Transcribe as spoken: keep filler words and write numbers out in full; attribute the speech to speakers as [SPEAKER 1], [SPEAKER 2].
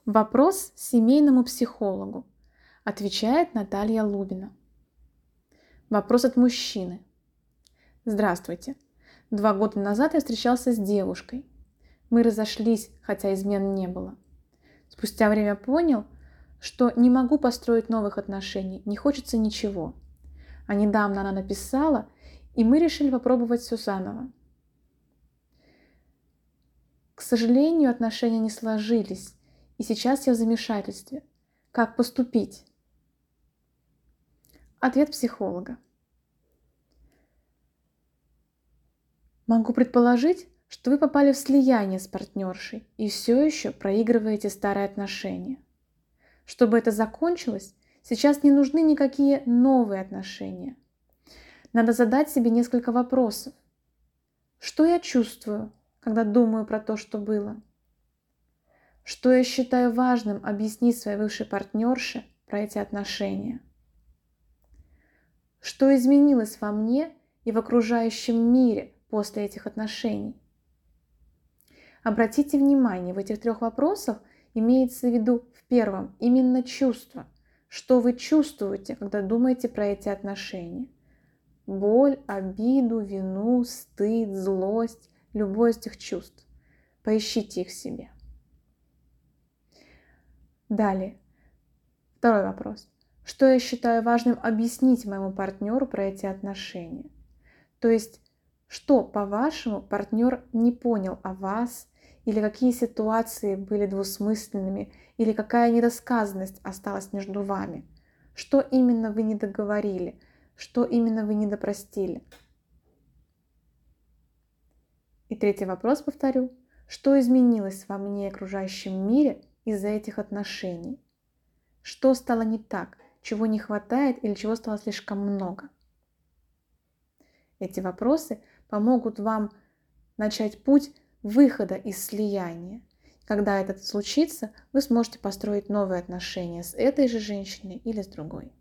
[SPEAKER 1] Вопрос семейному психологу. Отвечает Наталья Лубина. Вопрос от мужчины. Здравствуйте. Два года назад я встречался с девушкой. Мы разошлись, хотя измен не было. Спустя время понял, что не могу построить новых отношений, не хочется ничего. А недавно она написала, и мы решили попробовать все заново. К сожалению, отношения не сложились, и сейчас я в замешательстве. Как поступить? Ответ психолога. Могу предположить, что вы попали в слияние с партнершей и все еще проигрываете старые отношения. Чтобы это закончилось, сейчас не нужны никакие новые отношения. Надо задать себе несколько вопросов. Что я чувствую, когда думаю про то, что было? Что я считаю важным объяснить своей бывшей партнерше про эти отношения? Что изменилось во мне и в окружающем мире после этих отношений? Обратите внимание, в этих трех вопросах имеется в виду в первом именно чувство. Что вы чувствуете, когда думаете про эти отношения? Боль, обиду, вину, стыд, злость, любое из этих чувств. Поищите их в себе. Далее. Второй вопрос. Что я считаю важным объяснить моему партнеру про эти отношения? То есть, что, по-вашему, партнер не понял о вас, или какие ситуации были двусмысленными, или какая недосказанность осталась между вами? Что именно вы не договорили? Что именно вы не допростили? И третий вопрос повторю. Что изменилось во мне и окружающем мире из-за этих отношений? Что стало не так? Чего не хватает или чего стало слишком много? Эти вопросы помогут вам начать путь выхода из слияния. Когда это случится, вы сможете построить новые отношения с этой же женщиной или с другой.